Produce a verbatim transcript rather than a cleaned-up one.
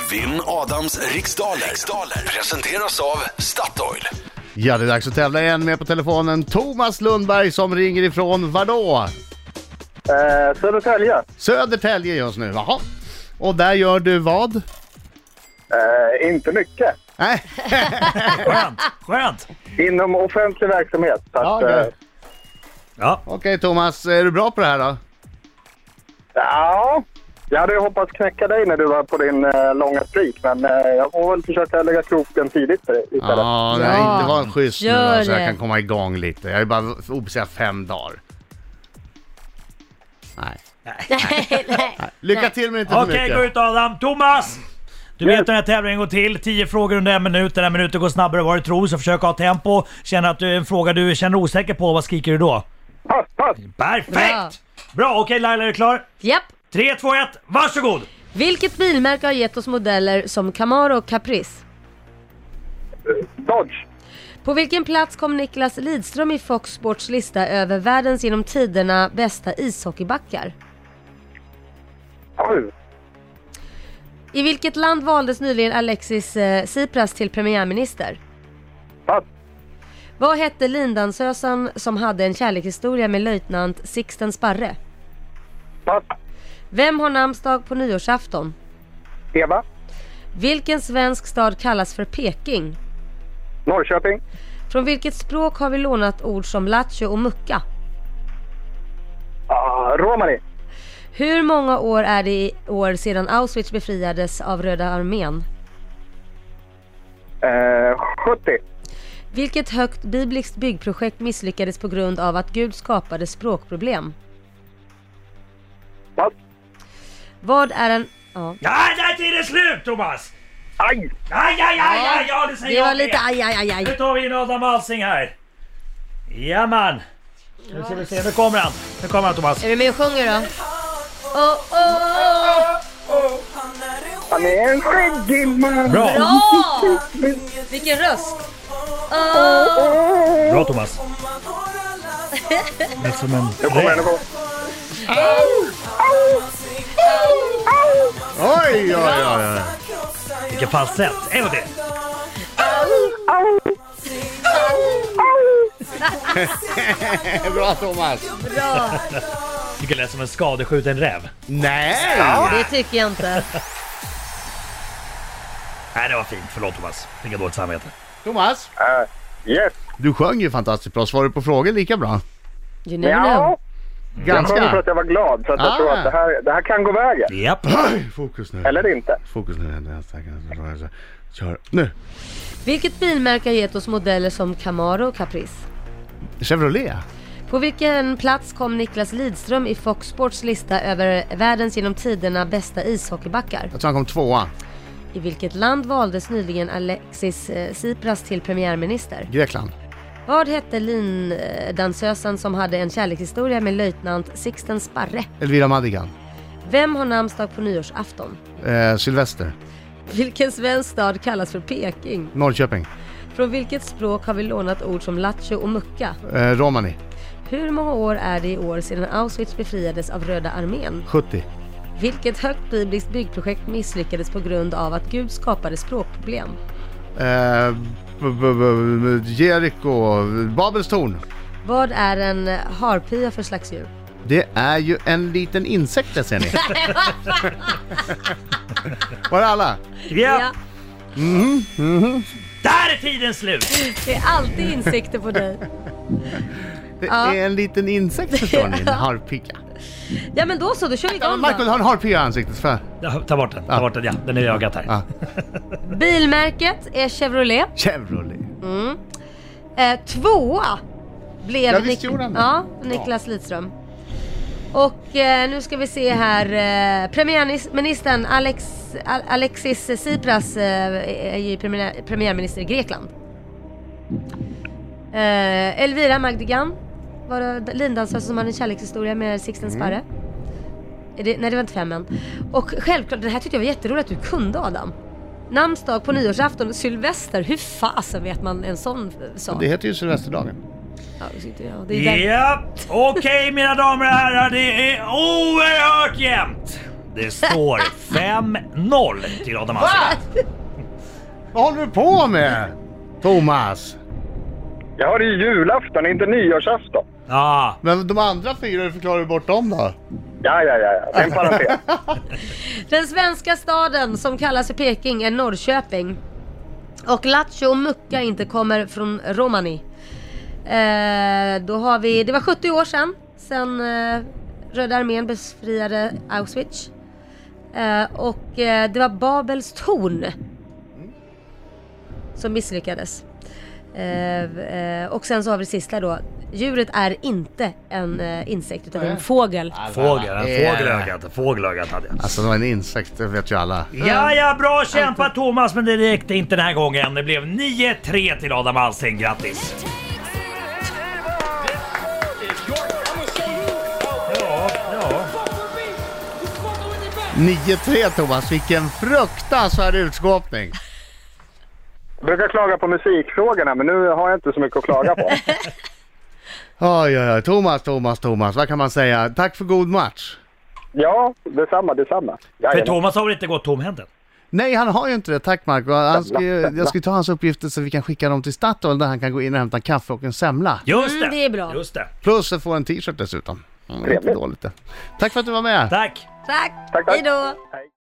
Vinn Adams riksdaler. riksdaler presenteras av Statoil. Ja, det är dags att tävla igen. Med på telefonen Thomas Lundberg som ringer ifrån vadå? Eh, Södertälje. Södertälje just nu, jaha. Och där gör du vad? Eh, inte mycket. Nej. Skönt, skönt. Inom offentlig verksamhet. Så Ja, att, det- eh, Ja. Okej Thomas, är du bra på det här då? ja, jag hade ju hoppats knäcka dig när du var på din eh, långa streak. Men eh, jag får väl försöka lägga kroken tidigt för dig istället. Ja, nej, Ja. det var en schysst nu Gör då, så jag det. kan komma igång lite. Jag är bara obesäga fem dagar. Nej. Nej, nej. Lycka Nej. till men inte för Okej, mycket. gå ut Adam. Thomas! Du vet hur den här tävlingen går till. tio frågor under en minut. Den här minuten går snabbare än vad du tror. Så försök ha tempo. Känner att du är en fråga du känner osäker på. Vad skriker du då? Pass, pass! Perfekt! Bra, okej Laila, är du klar? Japp. tre, två, ett, varsågod! Vilket bilmärke har gett oss modeller som Camaro och Caprice? Dodge. På vilken plats kom Niklas Lidström i Fox Sports lista över världens genom tiderna bästa ishockeybackar? Sju. I vilket land valdes nyligen Alexis eh, Tsipras till premiärminister? Pass. Vad hette lindansösan som hade en kärlekshistoria med löjtnant Sixten Sparre? Pass. Vem har namnsdag på nyårsafton? Eva. Vilken svensk stad kallas för Peking? Norrköping. Från vilket språk har vi lånat ord som lattjo och mucka? Ah, Romani. Hur många år är det i år sedan Auschwitz befriades av Röda armén? Eh, sjuttio. Vilket högt bibliskt byggprojekt misslyckades på grund av att Gud skapade språkproblem? Pass. Vad är en... Ja. Ja, där är tiden slut Thomas! Aj! Aj, aj, aj, aj, ja det säger Det var jag lite med. aj, aj, aj, Nu aj. tar vi in Adam Alsing här. Jaman. Nu ska vi se, nu kommer han. Nu kommer han Thomas. Är du med och sjunger då? Oh, oh, oh. Han är en skäggig man. Bra, Bra! Vilken röst! Oh. bra Thomas. Det är som en Nu kommer den räv. att gå. Oj, oj, oj, oj. Vilken falsett. En gång till. Bra Thomas. Bra! Vilken lät som en skadeskjuten räv. Nej! Det tycker jag inte. Nej, det var fint. Förlåt Thomas. Vilket dåligt samvete. Thomas, Eh, yes. du sjöng ju fantastiskt bra. Svarar du på frågor lika bra? You never know. Ja. Jag sjöng för Ganska. att jag var glad. Så att jag Ah. tror att det här, det här kan gå vägen. Japp. Fokus nu. Eller inte. Fokus nu. Kör. Nu. Vilket bilmärke har gett oss modeller som Camaro och Caprice? Chevrolet. På vilken plats kom Niklas Lidström i Fox Sports lista över världens genom tiderna bästa ishockeybackar? Jag tror han kom tvåa. I vilket land valdes nyligen Alexis eh, Tsipras till premiärminister? Grekland. Vad hette lindansösan som hade en kärlekshistoria med löjtnant Sixten Sparre? Elvira Madigan. Vem har namnsdag på nyårsafton? Eh, Sylvester. Vilken svensk stad kallas för Peking? Norrköping. Från vilket språk har vi lånat ord som lattjo och mucka? Eh, Romani. Hur många år är det i år sedan Auschwitz befriades av Röda armén? sjuttio. Vilket högt bibliskt byggprojekt misslyckades på grund av att Gud skapade språkproblem? Eh, b- b- b- Jericho. Babels torn. Vad är en harpya för slags djur? Det är ju en liten insekt där ser ni. Var det alla? Japp. Ja, Där är tiden slut. det är alltid insekter på dig. Det Ja. är en liten insekt förstår ni. En harpia. Ja men då så, då kör vi igång Michael då. har en harpia i ansiktet för. Ja, ta bort den, ta Ja. bort den, ja. Den är i ögat här. Ja. Bilmärket är Chevrolet. Chevrolet. Eh, tvåa blev Ja, visst gjorde han det. ja, Niklas Lidström. Och eh, nu ska vi se här. Eh, premiärministern Alex, Al- Alexis Tsipras eh, är ju premiär, premiärminister i Grekland. Eh, Elvira Madigan var det lindansösa som hade en kärlekshistoria med Sixten Sparre. Är det, nej det var inte fem än. Och självklart, det här tyckte jag var jätteroligt att du kunde Adam. Namnsdag på nyårsafton, Sylvester, hur fasen vet man en sån sak? Det heter ju Sylvesterdagen. Ja, det sitter jag. Det är där. Ja, okej mina damer och herrar, det är oerhört jämnt. Det står fem noll till Adam Alsing. Vad håller du på med, Thomas? Jag har det ju julafton, inte nyårsafton. Ja, Men de andra fyra förklarar du bort dem då? Ja, ja, ja, ja. Det är en parentes. Den svenska staden som kallas för Peking är Norrköping. Och Lattjo och Mucka inte kommer från Romani. Eh, då har vi, det var sjuttio år sedan, sedan eh, Röda armén befriade Auschwitz. Eh, och eh, det var Babels torn som misslyckades. Eh, eh, och sen så har vi det sista då. Djuret är inte en eh, insekt utan en fågel. fågel, en fågelögat, fågelögat hade jag. Alltså det var en insekt, det vet ju alla. Ja, ja, bra kämpat Thomas, men det räckte inte den här gången. Det blev nio tre till Adam Alsing, grattis! Ja, ja. nio tre Thomas, vilken fruktansvärd utskåpning. Jag brukar klaga på musikfrågorna, men nu har jag inte så mycket att klaga på. Oj, oj, oj. Thomas, Thomas, Thomas, vad kan man säga? Tack för god match. Ja, detsamma, detsamma. För Jajamän. Thomas har väl inte gått tomhänt än? Nej, han har ju inte det. Tack Marco. Han ska, ju- jag ska ta hans uppgifter så vi kan skicka dem till Statoil där han kan gå in och hämta en kaffe och en semla. Just det! Mm, det är bra. Just det. Plus att få en t-shirt dessutom. Mm, inte Trevligt. dåligt det. Tack för att du var med. Tack! Tack, Tack, tack. hej då! Hej.